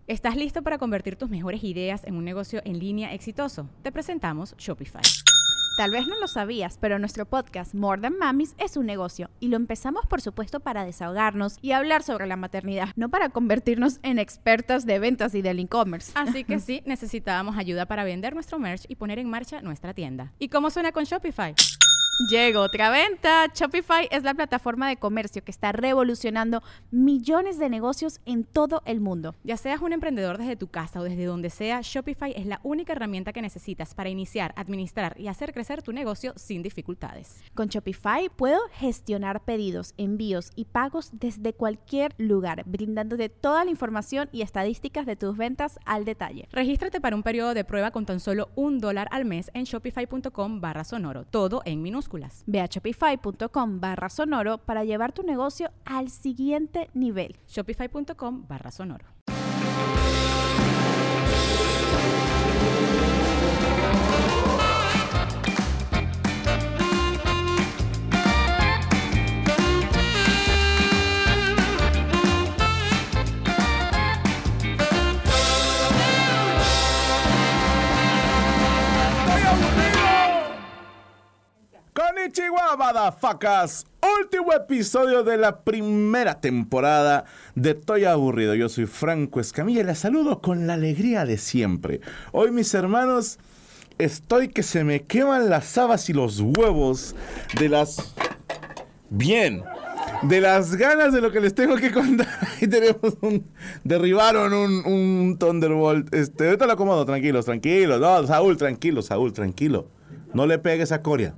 ¿Estás listo para convertir tus mejores ideas en un negocio en línea exitoso? Te presentamos Shopify. Tal vez no lo sabías, pero nuestro podcast More Than Mamis es un negocio y lo empezamos por supuesto para desahogarnos y hablar sobre la maternidad, no para convertirnos en expertas de ventas y del e-commerce. Así que sí, necesitábamos ayuda para vender nuestro merch y poner en marcha nuestra tienda. ¿Y cómo suena con Shopify? Llegó otra venta. Shopify es la plataforma de comercio que está revolucionando millones de negocios en todo el mundo. Ya seas un emprendedor desde tu casa o desde donde sea, Shopify es la única herramienta que necesitas para iniciar, administrar y hacer crecer tu negocio sin dificultades. Con Shopify puedo gestionar pedidos, envíos y pagos desde cualquier lugar, brindándote toda la información y estadísticas de tus ventas al detalle. Regístrate para un periodo de prueba con tan solo $1 al mes en shopify.com/sonoro, todo en minúsculas. Ve a shopify.com/sonoro para llevar tu negocio al siguiente nivel. Shopify.com/sonoro. Konnichiwa, motherfuckers. Último episodio de la primera temporada de Estoy Aburrido. Yo soy Franco Escamilla y les saludo con la alegría de siempre. Hoy, mis hermanos, estoy que se me queman las habas y los huevos de las... de las ganas de lo que les tengo que contar. Ahí tenemos derribaron un Thunderbolt. Ahorita lo acomodo, tranquilos. No, Saúl, tranquilo. No le pegues a Coria.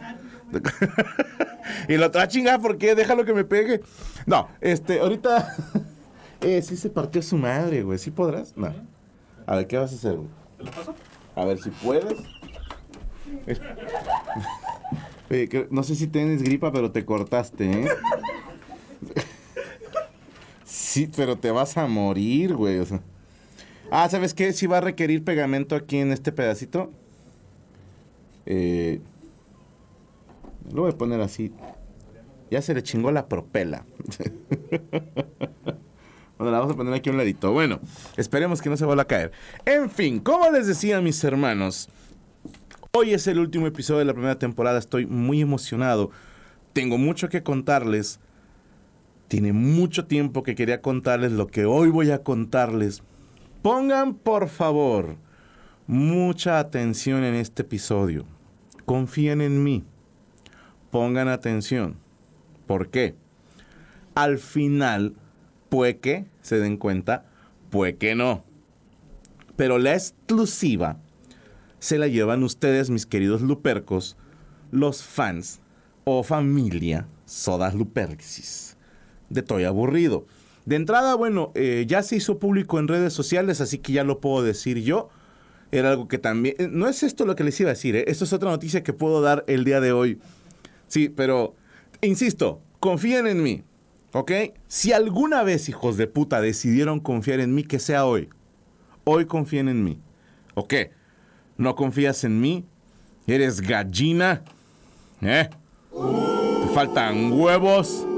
Y lo otra chingada, ¿por qué? Déjalo que me pegue. No, ahorita sí se partió su madre, güey. ¿Sí podrás? No. A ver, ¿qué vas a hacer, güey? A ver si puedes. No sé si tienes gripa, pero te cortaste, ¿eh? Sí, pero te vas a morir, güey. O sea. ¿Sabes qué? Sí va a requerir pegamento aquí en este pedacito. Lo voy a poner así. Ya se le chingó la propela. Bueno, la vamos a poner aquí a un ladito. Bueno, esperemos que no se vuelva a caer. En fin, como les decía, mis hermanos, hoy es el último episodio de la primera temporada. Estoy muy emocionado. Tengo mucho que contarles. Tiene mucho tiempo que quería contarles lo que hoy voy a contarles. Pongan, por favor, mucha atención en este episodio. Confíen en mí. Pongan atención. ¿Por qué? Al final, puede que se den cuenta, puede que no. Pero la exclusiva se la llevan ustedes, mis queridos lupercos, los fans o familia Sodas Luperxis de Estoy Aburrido. De entrada, bueno, ya se hizo público en redes sociales, así que ya lo puedo decir yo. Era algo que también... No es esto lo que les iba a decir, ¿eh? Esto es otra noticia que puedo dar el día de hoy. Sí, pero, insisto, confíen en mí, ¿ok? Si alguna vez, hijos de puta, decidieron confiar en mí, que sea hoy. Hoy confíen en mí, ¿ok? ¿No confías en mí? ¿Eres gallina? ¿Te faltan huevos?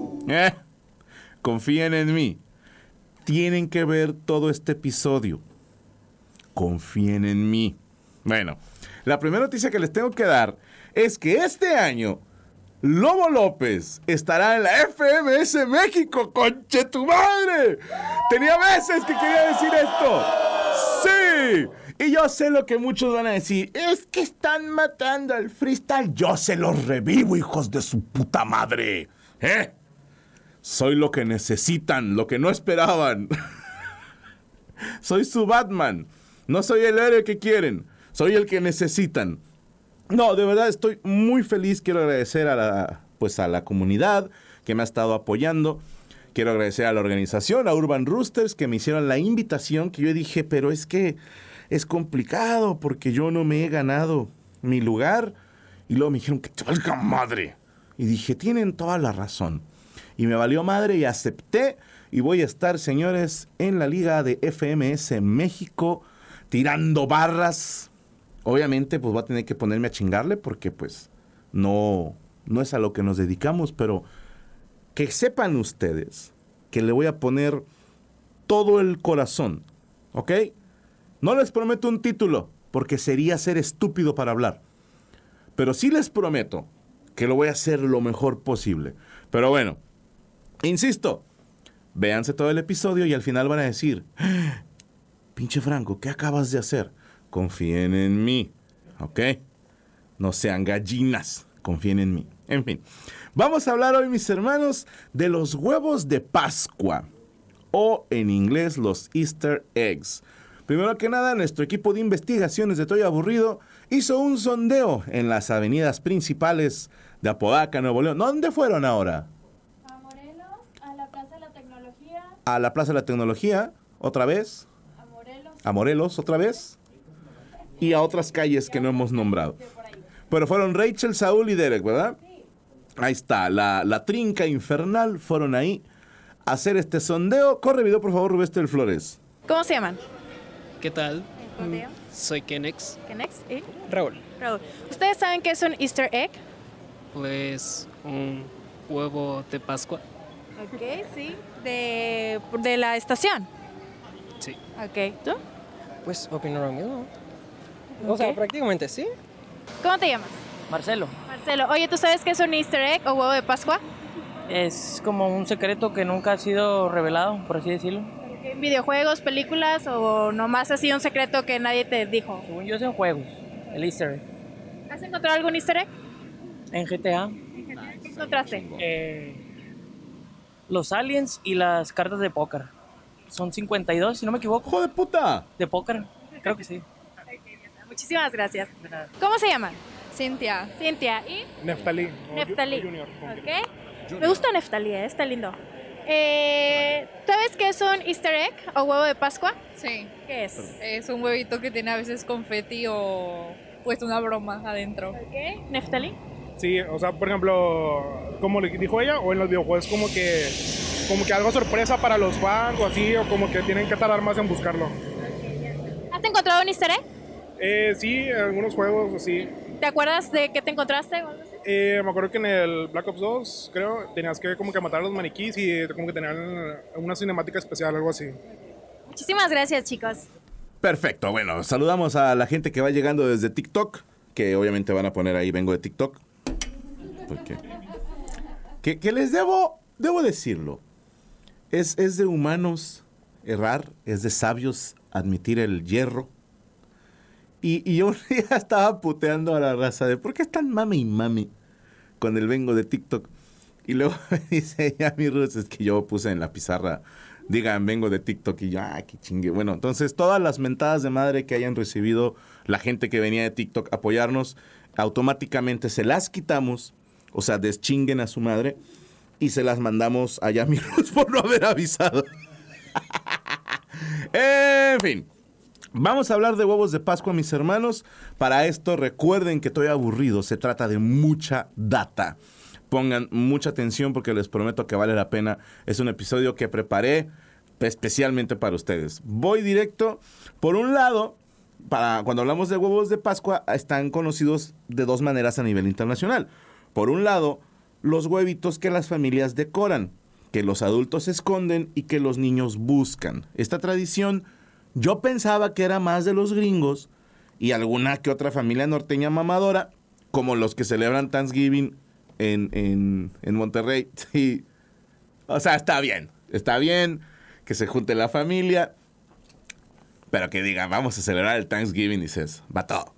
Confíen en mí. Tienen que ver todo este episodio. Confíen en mí. Bueno, la primera noticia que les tengo que dar es que este año Lobo López estará en la FMS México. ¡Conche tu madre! Tenía meses que quería decir esto. ¡Sí! Y yo sé lo que muchos van a decir. Es que están matando al freestyle. Yo se los revivo, hijos de su puta madre. Soy lo que necesitan, lo que no esperaban. Soy su Batman. No soy el héroe que quieren. Soy el que necesitan. No, de verdad estoy muy feliz. Quiero agradecer a la comunidad que me ha estado apoyando. Quiero agradecer a la organización, a Urban Roosters, que me hicieron la invitación, que yo dije, pero es que es complicado porque yo no me he ganado mi lugar. Y luego me dijeron, que te valga madre. Y dije, tienen toda la razón. Y me valió madre y acepté. Y voy a estar, señores, en la liga de FMS México, tirando barras. Obviamente, pues voy a tener que ponerme a chingarle porque, pues, no es a lo que nos dedicamos. Pero que sepan ustedes que le voy a poner todo el corazón, ¿ok? No les prometo un título, porque sería ser estúpido para hablar. Pero sí les prometo que lo voy a hacer lo mejor posible. Pero bueno, insisto, véanse todo el episodio y al final van a decir, pinche Franco, ¿qué acabas de hacer? Confíen en mí, ¿ok? No sean gallinas, confíen en mí. En fin, vamos a hablar hoy, mis hermanos, de los huevos de Pascua, o en inglés los Easter eggs. Primero que nada, nuestro equipo de investigaciones de Estoy Aburrido hizo un sondeo en las avenidas principales de Apodaca, Nuevo León. ¿Dónde fueron ahora? A Morelos, a la Plaza de la Tecnología. A la Plaza de la Tecnología, otra vez. A Morelos. A Morelos, otra vez. Y a otras calles que no hemos nombrado. Pero fueron Rachel, Saúl y Derek, ¿verdad? Sí. Ahí está, la trinca infernal fueron ahí a hacer este sondeo. Corre video, por favor, Rubén Flores. ¿Cómo se llaman? ¿Qué tal? ¿Cómo te llamas? Soy Kenex. ¿Kenex? ¿Y? Raúl. Raúl. ¿Ustedes saben qué es un Easter egg? Pues un huevo de Pascua. Ok, sí. De la estación. Sí. Ok, ¿tú? Pues opino lo mismo. O sea, Ok. prácticamente sí. ¿Cómo te llamas? Marcelo, Marcelo. Oye, ¿tú sabes qué es un Easter egg o huevo de Pascua? es como un secreto que nunca ha sido revelado, por así decirlo. ¿En videojuegos, películas o nomás ha sido un secreto que nadie te dijo? Según yo es en juegos, el Easter egg. ¿Has encontrado algún Easter egg? En GTA, ¿Qué encontraste? los aliens y las cartas de póker. Son 52, si no me equivoco, ¡Hijo de puta! de póker. Creo que sí. Muchísimas gracias. ¿Cómo se llaman? Cintia. Cintia y Neftalí. Neftalí. Junior. ¿Ok? Me gusta Neftalí, está lindo. ¿Sabes qué es un Easter egg o huevo de Pascua? Sí. ¿Qué es? Es un huevito que tiene a veces confeti o puesto una broma adentro. ¿Ok? ¿Neftalí? Sí, o sea, por ejemplo, como le dijo ella, o en los videojuegos como que algo sorpresa para los fans o así, o como que tienen que tardar más en buscarlo. ¿Has encontrado un Easter egg? Sí, en algunos juegos así. ¿Te acuerdas de qué te encontraste o algo así? Me acuerdo que en el Black Ops 2, creo, tenías que como que matar a los maniquís y como que tenían una cinemática especial, algo así. Muchísimas gracias, chicos. Perfecto, bueno, saludamos a la gente que va llegando desde TikTok, que obviamente van a poner ahí, vengo de TikTok. Porque, que les debo decirlo, es de humanos errar, es de sabios admitir el hierro. Y yo un día estaba puteando a la raza de ¿por qué están mame y mame con el vengo de TikTok? Y luego me dice ya mi Ruth, es que yo puse en la pizarra, digan vengo de TikTok y yo, qué chingue. Bueno, entonces todas las mentadas de madre que hayan recibido la gente que venía de TikTok a apoyarnos, automáticamente se las quitamos, o sea, deschinguen a su madre y se las mandamos allá a mi Ruth por no haber avisado. En fin. Vamos a hablar de huevos de Pascua, mis hermanos. Para esto, recuerden que estoy aburrido. Se trata de mucha data. Pongan mucha atención porque les prometo que vale la pena. Es un episodio que preparé especialmente para ustedes. Voy directo. Por un lado, cuando hablamos de huevos de Pascua, están conocidos de dos maneras a nivel internacional. Por un lado, los huevitos que las familias decoran, que los adultos esconden y que los niños buscan. Esta tradición yo pensaba que era más de los gringos y alguna que otra familia norteña mamadora, como los que celebran Thanksgiving en Monterrey. Sí. O sea, está bien que se junte la familia, pero que digan, vamos a celebrar el Thanksgiving, y dices, va todo.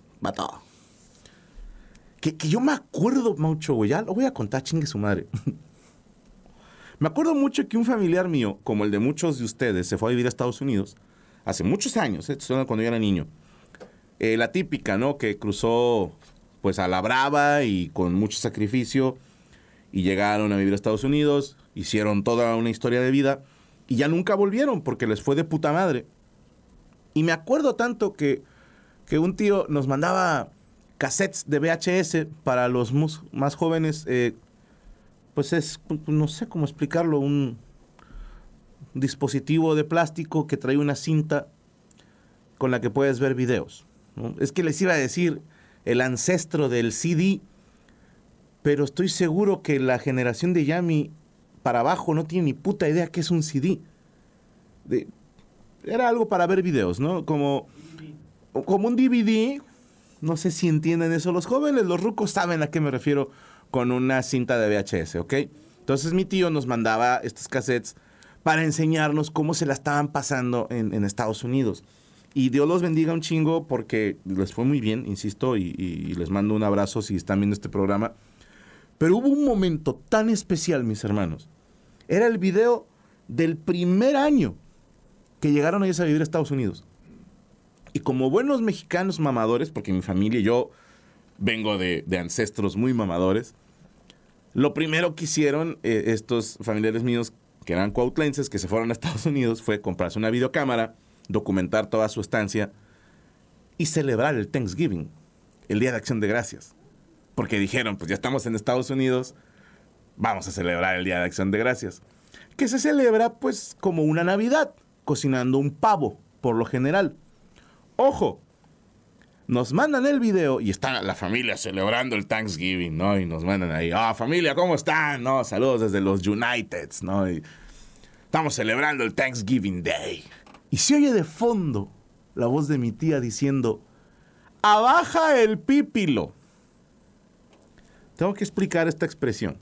Que yo me acuerdo mucho, güey, ya lo voy a contar, chingue su madre. Me acuerdo mucho que un familiar mío, como el de muchos de ustedes, se fue a vivir a Estados Unidos hace muchos años, cuando yo era niño. La típica, ¿no? Que cruzó pues a la brava y con mucho sacrificio y llegaron a vivir a Estados Unidos, hicieron toda una historia de vida y ya nunca volvieron porque les fue de puta madre. Y me acuerdo tanto que un tío nos mandaba cassettes de VHS para los más jóvenes. Pues es, no sé cómo explicarlo, un dispositivo de plástico que trae una cinta con la que puedes ver videos, ¿no? Es que les iba a decir el ancestro del CD, pero estoy seguro que la generación de Yami para abajo no tiene ni puta idea qué es un CD. Era algo para ver videos, ¿no? Como un DVD. No sé si entienden eso los jóvenes. Los rucos saben a qué me refiero con una cinta de VHS, ¿ok? Entonces mi tío nos mandaba estos cassettes para enseñarnos cómo se la estaban pasando en Estados Unidos. Y Dios los bendiga un chingo porque les fue muy bien, insisto, y les mando un abrazo si están viendo este programa. Pero hubo un momento tan especial, mis hermanos. Era el video del primer año que llegaron ellos a vivir a Estados Unidos. Y como buenos mexicanos mamadores, porque mi familia y yo vengo de ancestros muy mamadores, lo primero que hicieron estos familiares míos, que eran cuautlenses, que se fueron a Estados Unidos, fue comprarse una videocámara, documentar toda su estancia y celebrar el Thanksgiving, el Día de Acción de Gracias. Porque dijeron, pues ya estamos en Estados Unidos, vamos a celebrar el Día de Acción de Gracias. Que se celebra pues como una Navidad, cocinando un pavo, por lo general. ¡Ojo! Nos mandan el video y está la familia celebrando el Thanksgiving, ¿no? Y nos mandan ahí, familia, ¿cómo están? ¿No? Saludos desde los Uniteds, ¿no? Y estamos celebrando el Thanksgiving Day. Y se oye de fondo la voz de mi tía diciendo, ¡abaja el pípilo! Tengo que explicar esta expresión.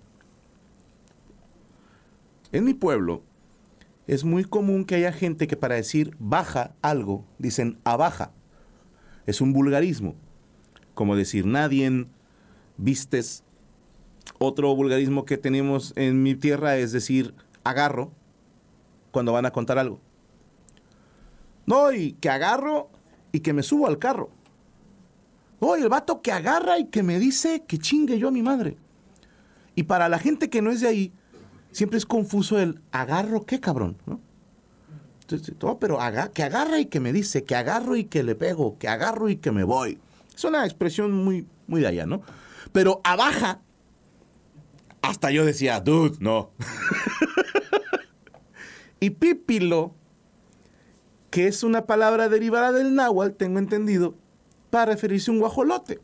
En mi pueblo es muy común que haya gente que para decir baja algo, dicen abaja. Es un vulgarismo, como decir nadie, vistes. Otro vulgarismo que tenemos en mi tierra es decir agarro cuando van a contar algo. No, y que agarro y que me subo al carro. No, y el vato que agarra y que me dice que chingue yo a mi madre. Y para la gente que no es de ahí, siempre es confuso el agarro, ¿qué cabrón? ¿No? Entonces, pero que agarra y que me dice, que agarro y que le pego, que agarro y que me voy. Es una expresión muy, muy de allá, ¿no? Pero abaja, hasta yo decía, dude, no. Y pípilo, que es una palabra derivada del náhuatl, tengo entendido, para referirse a un guajolote,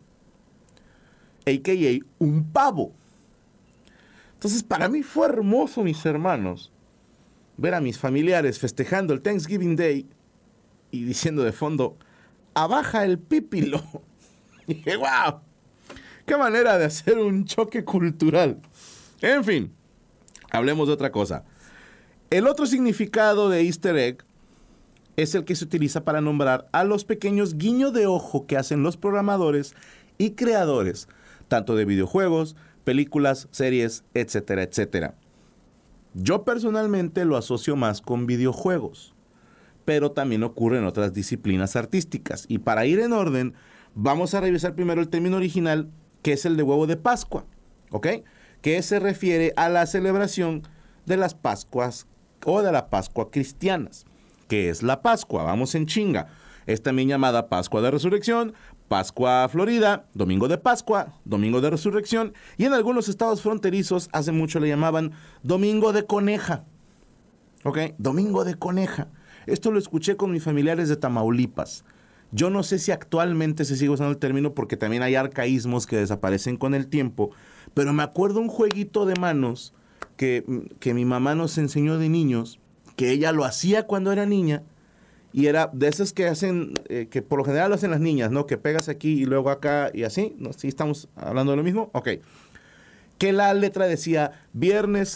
a.k.a. un pavo. Entonces, para mí fue hermoso, mis hermanos, ver a mis familiares festejando el Thanksgiving Day y diciendo de fondo, abaja el pípilo. Y dije, wow, qué manera de hacer un choque cultural. En fin, hablemos de otra cosa. El otro significado de Easter egg es el que se utiliza para nombrar a los pequeños guiños de ojo que hacen los programadores y creadores, tanto de videojuegos, películas, series, etcétera, etcétera. Yo personalmente lo asocio más con videojuegos, pero también ocurre en otras disciplinas artísticas. Y para ir en orden, vamos a revisar primero el término original, que es el de huevo de Pascua, ¿ok? Que se refiere a la celebración de las Pascuas o de la Pascua cristianas. ¿Qué es la Pascua? Vamos en chinga. Es también llamada Pascua de Resurrección, Pascua Florida, Domingo de Pascua, Domingo de Resurrección, y en algunos estados fronterizos hace mucho le llamaban Domingo de Coneja. ¿Ok? Domingo de Coneja. Esto lo escuché con mis familiares de Tamaulipas. Yo no sé si actualmente se sigue usando el término porque también hay arcaísmos que desaparecen con el tiempo, pero me acuerdo un jueguito de manos que mi mamá nos enseñó de niños, que ella lo hacía cuando era niña, y era de esos que hacen, que por lo general lo hacen las niñas, ¿no? Que pegas aquí y luego acá y así, ¿no? ¿Sí estamos hablando de lo mismo? Ok. Que la letra decía Jueves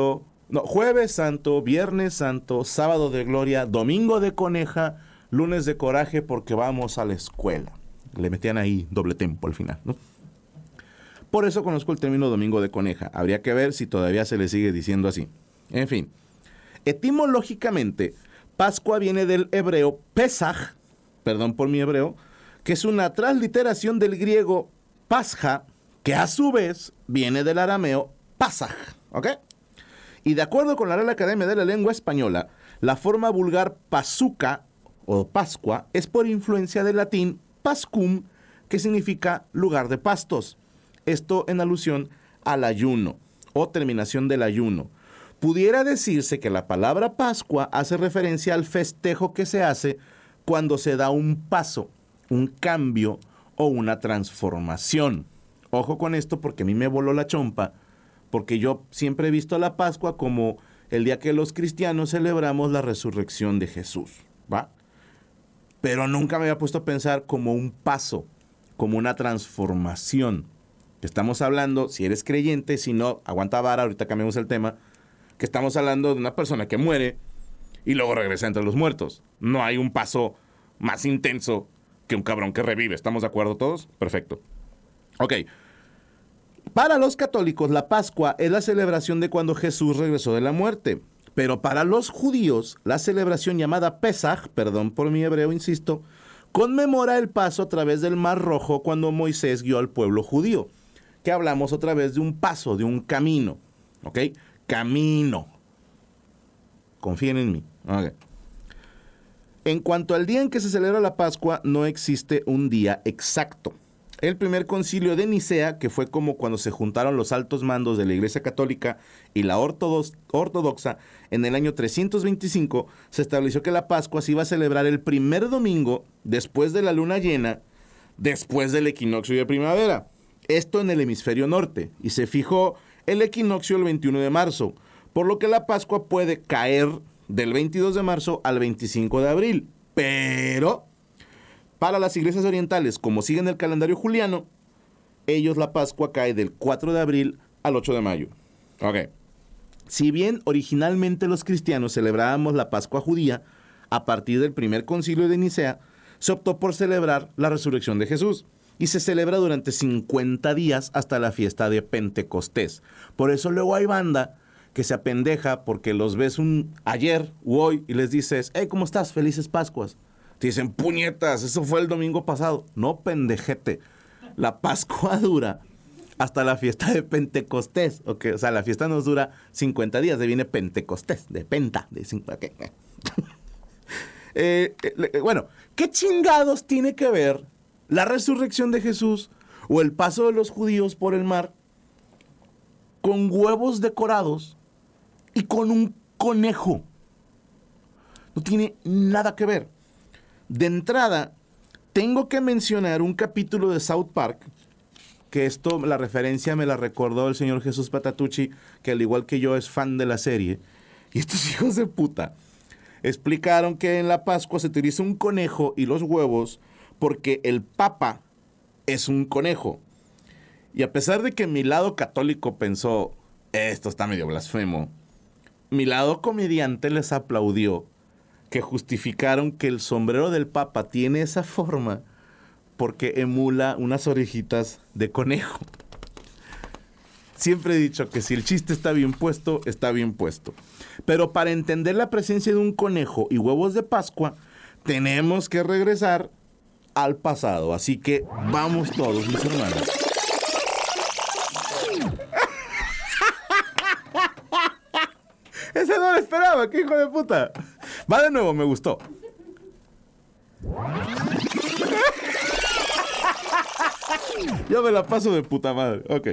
Santo, Viernes Santo, Sábado de Gloria, Domingo de Coneja, Lunes de Coraje porque vamos a la escuela. Le metían ahí doble tempo al final, ¿no? Por eso conozco el término Domingo de Coneja. Habría que ver si todavía se le sigue diciendo así. En fin. Etimológicamente, Pascua viene del hebreo Pesaj, perdón por mi hebreo, que es una transliteración del griego Pasja, que a su vez viene del arameo Pasaj, ¿ok? Y de acuerdo con la Real Academia de la Lengua Española, la forma vulgar Pasuca o Pascua es por influencia del latín Pascum, que significa lugar de pastos. Esto en alusión al ayuno o terminación del ayuno. Pudiera decirse que la palabra Pascua hace referencia al festejo que se hace cuando se da un paso, un cambio o una transformación. Ojo con esto porque a mí me voló la chompa, porque yo siempre he visto la Pascua como el día que los cristianos celebramos la resurrección de Jesús, ¿va? Pero nunca me había puesto a pensar como un paso, como una transformación. Estamos hablando, si eres creyente, si no, aguanta vara, ahorita cambiamos el tema, que estamos hablando de una persona que muere y luego regresa entre los muertos. No hay un paso más intenso que un cabrón que revive. ¿Estamos de acuerdo todos? Perfecto. Ok. Para los católicos, la Pascua es la celebración de cuando Jesús regresó de la muerte. Pero para los judíos, la celebración llamada Pesaj, perdón por mi hebreo, insisto, conmemora el paso a través del Mar Rojo cuando Moisés guió al pueblo judío. Que hablamos otra vez de un paso, de un camino. ¿Ok? Camino. Confíen en mí. Ok. En cuanto al día en que se celebra la Pascua, no existe un día exacto. El primer concilio de Nicea, que fue como cuando se juntaron los altos mandos de la Iglesia Católica y la ortodoxa, en el año 325, se estableció que la Pascua se iba a celebrar el primer domingo después de la luna llena, después del equinoccio de primavera. Esto en el hemisferio norte, y se fijó el equinoccio el 21 de marzo, por lo que la Pascua puede caer del 22 de marzo al 25 de abril. Pero para las iglesias orientales, como siguen el calendario juliano, ellos la Pascua cae del 4 de abril al 8 de mayo. Ok. Si bien originalmente los cristianos celebrábamos la Pascua judía, a partir del primer concilio de Nicea, se optó por celebrar la resurrección de Jesús. Y se celebra durante 50 días hasta la fiesta de Pentecostés. Por eso luego hay banda que se apendeja porque los ves ayer u hoy y les dices, hey, ¿cómo estás? Felices Pascuas. Te dicen, puñetas, eso fue el domingo pasado. No, pendejete. La Pascua dura hasta la fiesta de Pentecostés. Okay, o sea, la fiesta nos dura 50 días. De viene Pentecostés, de penta. Okay. Bueno, ¿qué chingados tiene que ver la resurrección de Jesús o el paso de los judíos por el mar con huevos decorados y con un conejo? No tiene nada que ver. De entrada, tengo que mencionar un capítulo de South Park, que la referencia me la recordó el señor Jesús Patatucci, que al igual que yo es fan de la serie. Y estos hijos de puta explicaron que en la Pascua se utiliza un conejo y los huevos porque el Papa es un conejo. Y a pesar de que mi lado católico pensó, esto está medio blasfemo, mi lado comediante les aplaudió que justificaron que el sombrero del Papa tiene esa forma porque emula unas orejitas de conejo. Siempre he dicho que si el chiste está bien puesto, está bien puesto. Pero para entender la presencia de un conejo y huevos de Pascua, tenemos que regresar al pasado. Así que vamos todos, mis hermanos. Ese no lo esperaba, qué hijo de puta. Va de nuevo, me gustó. Yo me la paso de puta madre. Ok.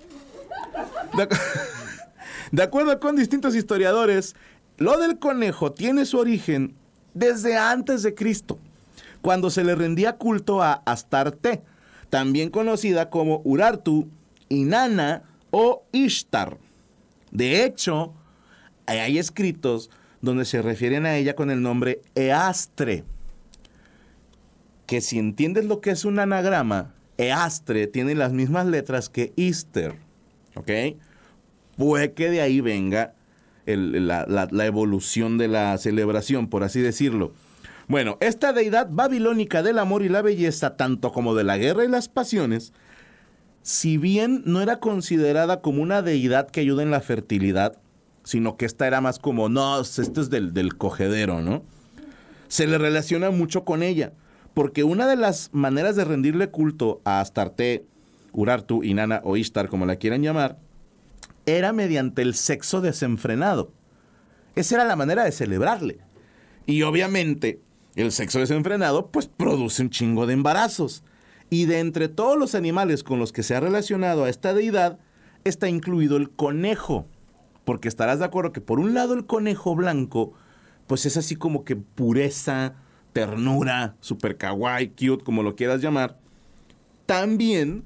De acuerdo con distintos historiadores, lo del conejo tiene su origen desde antes de Cristo, cuando se le rendía culto a Astarte, también conocida como Urartu, Inanna o Ishtar. De hecho, hay escritos donde se refieren a ella con el nombre Eastre, que si entiendes lo que es un anagrama, Eastre tiene las mismas letras que Easter, ¿ok? Puede que de ahí venga la evolución de la celebración, por así decirlo. Bueno, esta deidad babilónica del amor y la belleza, tanto como de la guerra y las pasiones, si bien no era considerada como una deidad que ayuda en la fertilidad, sino que esta era más como, no, esto es del cogedero, ¿no? Se le relaciona mucho con ella, porque una de las maneras de rendirle culto a Astarte, Urartu, Inanna o Ishtar, como la quieran llamar, era mediante el sexo desenfrenado. Esa era la manera de celebrarle. Y obviamente, el sexo desenfrenado, pues produce un chingo de embarazos. Y de entre todos los animales con los que se ha relacionado a esta deidad, está incluido el conejo. Porque estarás de acuerdo que por un lado el conejo blanco, pues es así como que pureza, ternura, super kawaii, cute, como lo quieras llamar. También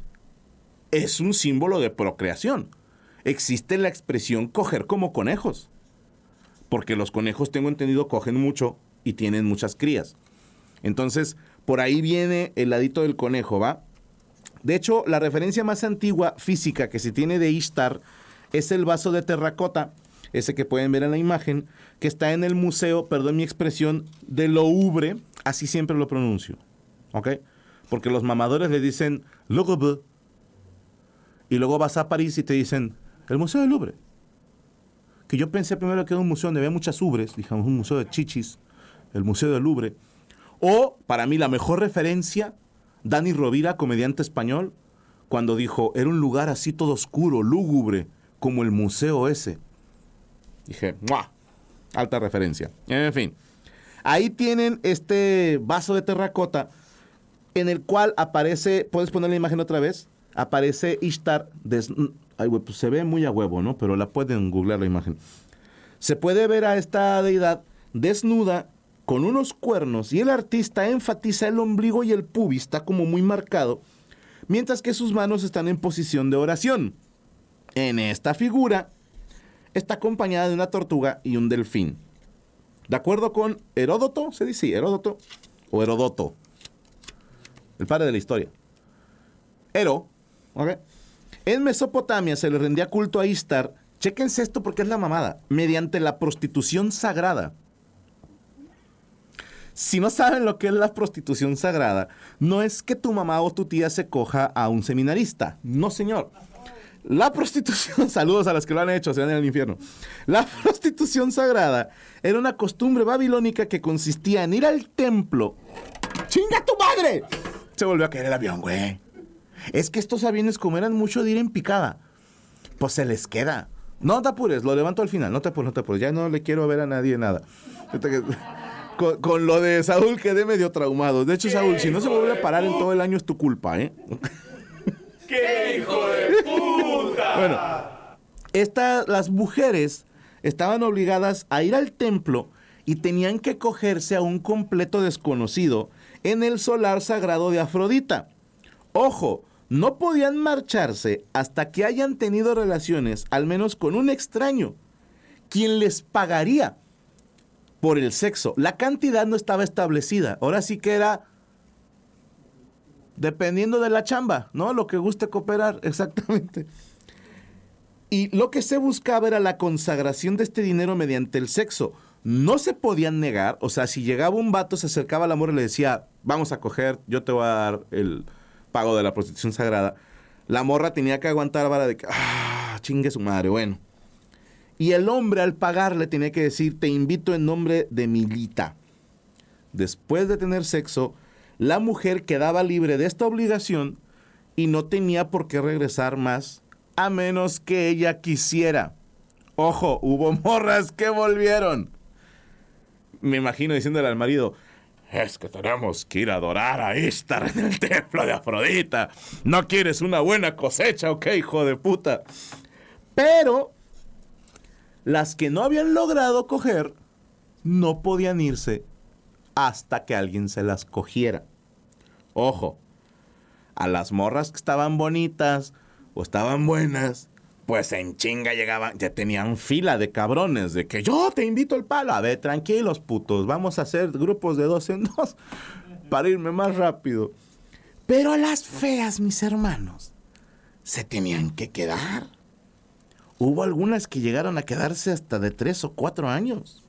es un símbolo de procreación. Existe la expresión coger como conejos. porque los conejos, tengo entendido, cogen mucho y tienen muchas crías. Entonces, por ahí viene el ladito del conejo, ¿va? De hecho, la referencia más antigua física que se tiene de Ishtar es el vaso de terracota, ese que pueden ver en la imagen, que está en el museo, perdón mi expresión, de Louvre, así siempre lo pronuncio, ¿ok? Porque los mamadores le dicen Louvre, y luego vas a París y te dicen el Museo del Louvre. Que yo pensé primero que era un museo donde había muchas ubres, digamos un museo de chichis, el Museo del Louvre. O, para mí, la mejor referencia, Dani Rovira, comediante español, cuando dijo, era un lugar así todo oscuro, lúgubre, como el museo ese. Dije, ¡muah! Alta referencia. En fin, ahí tienen este vaso de terracota en el cual aparece, ¿puedes poner la imagen otra vez? Aparece Ishtar, ay, güey, pues se ve muy a huevo, ¿no? Pero la pueden googlear la imagen. Se puede ver a esta deidad desnuda, con unos cuernos, y el artista enfatiza el ombligo y el pubis, está como muy marcado, mientras que sus manos están en posición de oración. En esta figura está acompañada de una tortuga y un delfín. De acuerdo con Heródoto, se dice Heródoto o Herodoto, el padre de la historia. ¿Ok? En Mesopotamia se le rendía culto a Ishtar, chéquense esto porque es la mamada, mediante la prostitución sagrada. Si no saben lo que es la prostitución sagrada, no es que tu mamá o tu tía se coja a un seminarista. No, señor. La prostitución, saludos a las que lo han hecho, se van al infierno. La prostitución sagrada era una costumbre babilónica que consistía en ir al templo. ¡Chinga tu madre! Se volvió a caer el avión, güey. Es que estos aviones, como eran mucho de ir en picada, pues se les queda. No te apures, lo levanto al final, no te apures. Ya no le quiero ver a nadie nada. Con lo de Saúl quedé medio traumado. De hecho, Saúl, si no se vuelve a parar en todo el año es tu culpa, ¿eh? ¡Qué hijo de puta! Bueno, las mujeres estaban obligadas a ir al templo y tenían que cogerse a un completo desconocido en el solar sagrado de Afrodita. Ojo, no podían marcharse hasta que hayan tenido relaciones, al menos con un extraño, quien les pagaría por el sexo. La cantidad no estaba establecida. Ahora sí que era dependiendo de la chamba, ¿no? Lo que guste cooperar, exactamente. Y lo que se buscaba era la consagración de este dinero mediante el sexo. No se podían negar, o sea, si llegaba un vato, se acercaba a la morra y le decía, vamos a coger, yo te voy a dar el pago de la prostitución sagrada. La morra tenía que aguantar vara de que, chingue su madre, bueno. Y el hombre al pagarle tenía que decir, te invito en nombre de Milita. Después de tener sexo, la mujer quedaba libre de esta obligación y no tenía por qué regresar más, a menos que ella quisiera. Ojo, hubo morras que volvieron. Me imagino diciéndole al marido, es que tenemos que ir a adorar a Ishtar en el templo de Afrodita. ¿No quieres una buena cosecha o qué, hijo de puta? Pero las que no habían logrado coger no podían irse hasta que alguien se las cogiera. Ojo, a las morras que estaban bonitas o estaban buenas, pues en chinga llegaban, ya tenían fila de cabrones, de que yo te invito al palo. A ver, tranquilos putos, vamos a hacer grupos de 2 en 2 para irme más rápido. Pero a las feas, mis hermanos, se tenían que quedar. Hubo algunas que llegaron a quedarse hasta de 3 o 4 años.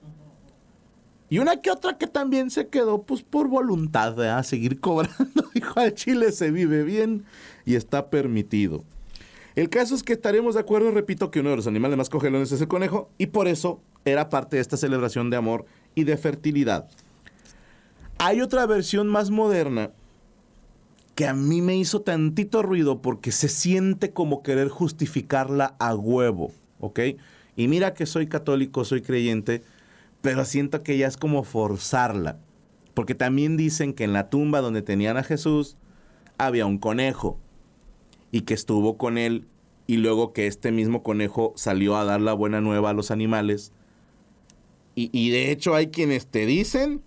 Y una que otra que también se quedó, pues por voluntad de seguir cobrando. Dijo, al chile se vive bien y está permitido. El caso es que estaremos de acuerdo, repito, que uno de los animales más cogelones es el conejo, y por eso era parte de esta celebración de amor y de fertilidad. Hay otra versión más moderna que a mí me hizo tantito ruido porque se siente como querer justificarla a huevo, ¿ok? Y mira que soy católico, soy creyente, pero siento que ya es como forzarla. Porque también dicen que en la tumba donde tenían a Jesús había un conejo y que estuvo con él, y luego que este mismo conejo salió a dar la buena nueva a los animales. Y de hecho hay quienes te dicen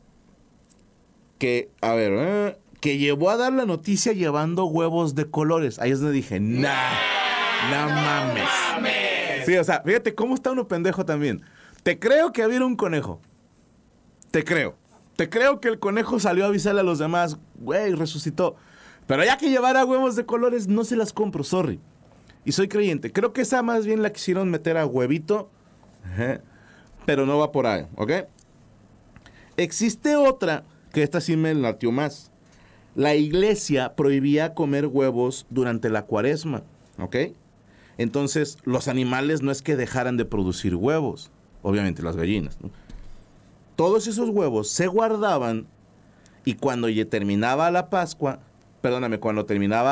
que, que llevó a dar la noticia llevando huevos de colores. Ahí es donde dije, no mames. Sí, o sea, fíjate cómo está uno pendejo también. Te creo que había un conejo. Te creo. Te creo que el conejo salió a avisarle a los demás. Güey, resucitó. Pero ya que llevara huevos de colores, no se las compro, sorry. Y soy creyente. Creo que esa más bien la quisieron meter a huevito. Pero no va por ahí, ¿ok? Existe otra, que esta sí me latió más. La iglesia prohibía comer huevos durante la cuaresma, ¿ok? Entonces, los animales no es que dejaran de producir huevos. Obviamente, las gallinas, ¿no? Todos esos huevos se guardaban y cuando terminaba la Pascua, cuando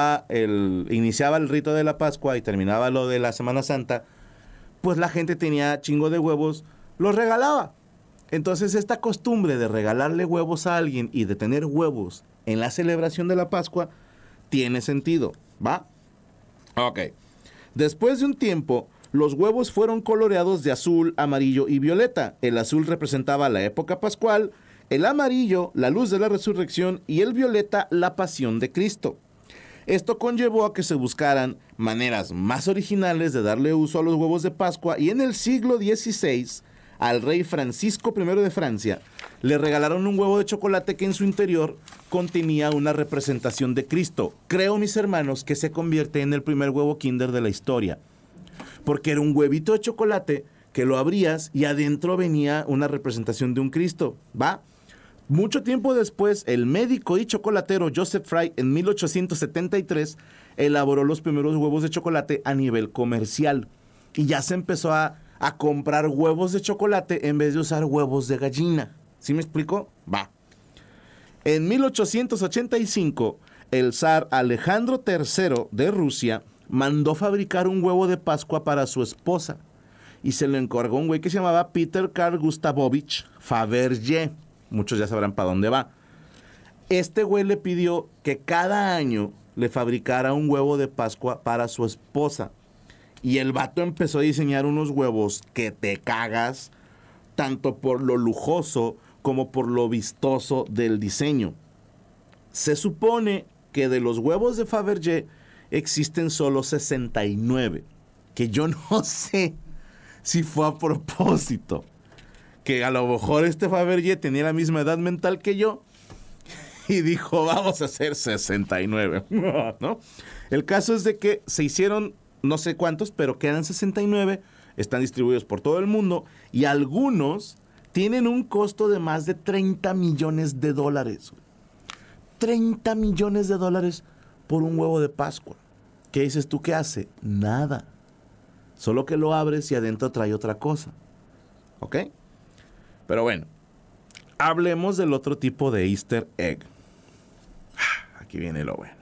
iniciaba el rito de la Pascua y terminaba lo de la Semana Santa, pues la gente tenía chingo de huevos, los regalaba. Entonces esta costumbre de regalarle huevos a alguien y de tener huevos en la celebración de la Pascua tiene sentido, ¿va? Ok. Después de un tiempo, los huevos fueron coloreados de azul, amarillo y violeta. El azul representaba la época pascual, el amarillo, la luz de la resurrección, y el violeta, la pasión de Cristo. Esto conllevó a que se buscaran maneras más originales de darle uso a los huevos de Pascua, y en el siglo XVI, al rey Francisco I de Francia, le regalaron un huevo de chocolate que en su interior contenía una representación de Cristo. Creo, mis hermanos, que se convierte en el primer huevo Kinder de la historia. Porque era un huevito de chocolate que lo abrías y adentro venía una representación de un Cristo, ¿va? Mucho tiempo después, el médico y chocolatero Joseph Fry, en 1873, elaboró los primeros huevos de chocolate a nivel comercial. Y ya se empezó a comprar huevos de chocolate en vez de usar huevos de gallina. ¿Sí me explico? Va. En 1885, el zar Alejandro III de Rusia mandó fabricar un huevo de Pascua para su esposa y se lo encargó un güey que se llamaba Peter Karl Gustavovich Fabergé. Muchos ya sabrán para dónde va. Este güey le pidió que cada año le fabricara un huevo de Pascua para su esposa. Y el vato empezó a diseñar unos huevos que te cagas, tanto por lo lujoso como por lo vistoso del diseño. Se supone que de los huevos de Fabergé existen solo 69, que yo no sé si fue a propósito, que a lo mejor este Fabergé tenía la misma edad mental que yo y dijo, vamos a hacer 69, ¿no? El caso es de que se hicieron no sé cuántos, pero quedan 69, están distribuidos por todo el mundo y algunos tienen un costo de más de $30 millones. $30 millones por un huevo de Pascua. ¿Qué dices tú que hace? Nada. Solo que lo abres y adentro trae otra cosa. ¿Ok? Pero bueno, hablemos del otro tipo de Easter egg. Aquí viene lo bueno.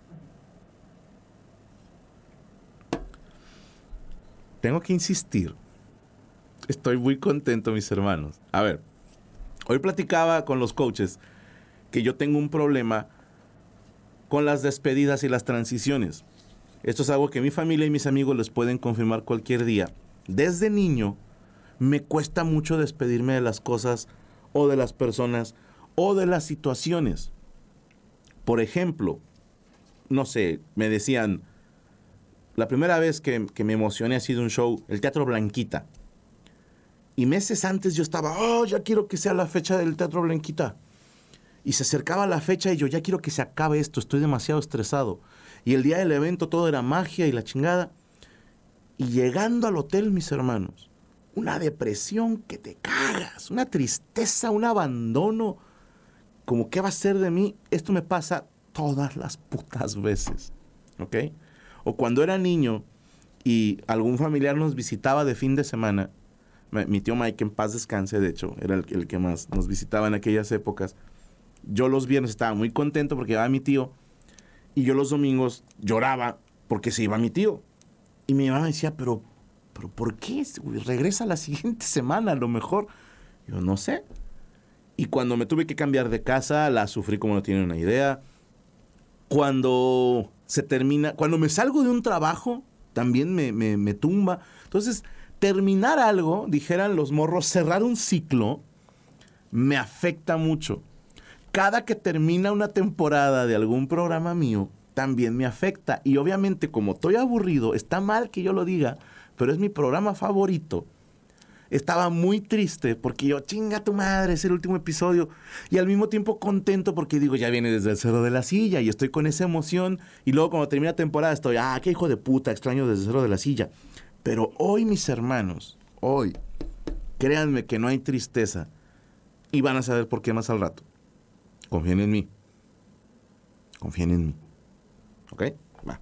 Tengo que insistir. Estoy muy contento, mis hermanos. A ver, hoy platicaba con los coaches que yo tengo un problema con las despedidas y las transiciones. Esto es algo que mi familia y mis amigos les pueden confirmar cualquier día. Desde niño me cuesta mucho despedirme de las cosas o de las personas o de las situaciones. Por ejemplo, no sé, me decían, la primera vez que me emocioné ha sido un show, el Teatro Blanquita. Y meses antes yo estaba, ya quiero que sea la fecha del Teatro Blanquita. Y se acercaba la fecha y yo, ya quiero que se acabe esto, estoy demasiado estresado. Y el día del evento todo era magia y la chingada. Y llegando al hotel, mis hermanos, una depresión que te cagas, una tristeza, un abandono. Como, ¿qué va a ser de mí? Esto me pasa todas las putas veces, ¿ok? O cuando era niño y algún familiar nos visitaba de fin de semana, mi tío Mike, en paz descanse, de hecho, era el que más nos visitaba en aquellas épocas. Yo los viernes estaba muy contento porque iba mi tío y yo los domingos lloraba porque se iba mi tío. Y mi mamá me decía, pero ¿por qué? Regresa la siguiente semana a lo mejor. Yo no sé. Y cuando me tuve que cambiar de casa, la sufrí como no tienen una idea. Cuando me salgo de un trabajo, también me tumba. Entonces, terminar algo, dijeran los morros, cerrar un ciclo, me afecta mucho. Cada que termina una temporada de algún programa mío, también me afecta. Y obviamente, como estoy aburrido, está mal que yo lo diga, pero es mi programa favorito. estaba muy triste porque yo, chinga tu madre, es el último episodio. Y al mismo tiempo contento porque digo, ya viene desde el Cerro de la Silla y estoy con esa emoción. Y luego cuando termina la temporada estoy, qué hijo de puta, extraño desde el Cerro de la Silla. Pero hoy, mis hermanos, hoy, créanme que no hay tristeza. Y van a saber por qué más al rato. Confíen en mí. Confíen en mí. ¿Ok? Va.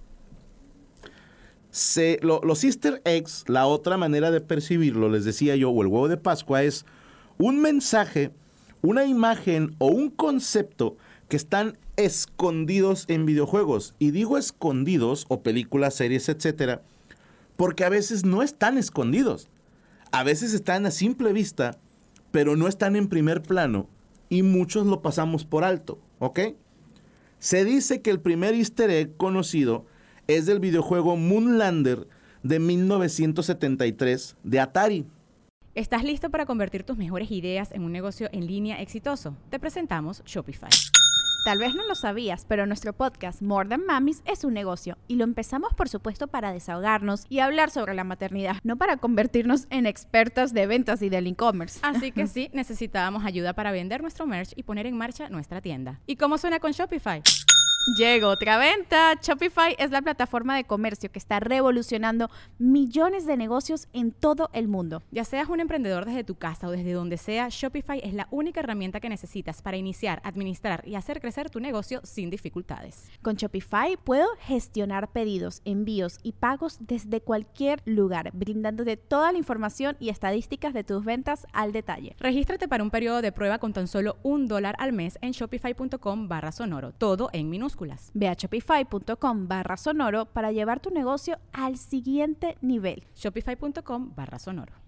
Los Easter eggs, la otra manera de percibirlo, les decía yo, o el huevo de Pascua, es un mensaje, una imagen o un concepto que están escondidos en videojuegos. Y digo escondidos, o películas, series, etcétera, porque a veces no están escondidos. A veces están a simple vista, pero no están en primer plano y muchos lo pasamos por alto, ¿ok? Se dice que el primer Easter egg conocido es del videojuego Moonlander de 1973 de Atari. ¿Estás listo para convertir tus mejores ideas en un negocio en línea exitoso? Te presentamos Shopify. Tal vez no lo sabías, pero nuestro podcast More Than Mamis es un negocio y lo empezamos por supuesto para desahogarnos y hablar sobre la maternidad, no para convertirnos en expertas de ventas y del e-commerce. Así que sí, necesitábamos ayuda para vender nuestro merch y poner en marcha nuestra tienda. ¿Y cómo suena con Shopify? Llegó otra venta. Shopify es la plataforma de comercio que está revolucionando millones de negocios en todo el mundo. Ya seas un emprendedor desde tu casa o desde donde sea, Shopify es la única herramienta que necesitas para iniciar, administrar y hacer crecer tu negocio sin dificultades. Con Shopify puedo gestionar pedidos, envíos y pagos desde cualquier lugar, brindándote toda la información y estadísticas de tus ventas al detalle. Regístrate para un periodo de prueba con tan solo $1 al mes en shopify.com/sonoro, todo en minúsculas. Ve a shopify.com/sonoro para llevar tu negocio al siguiente nivel. Shopify.com/sonoro.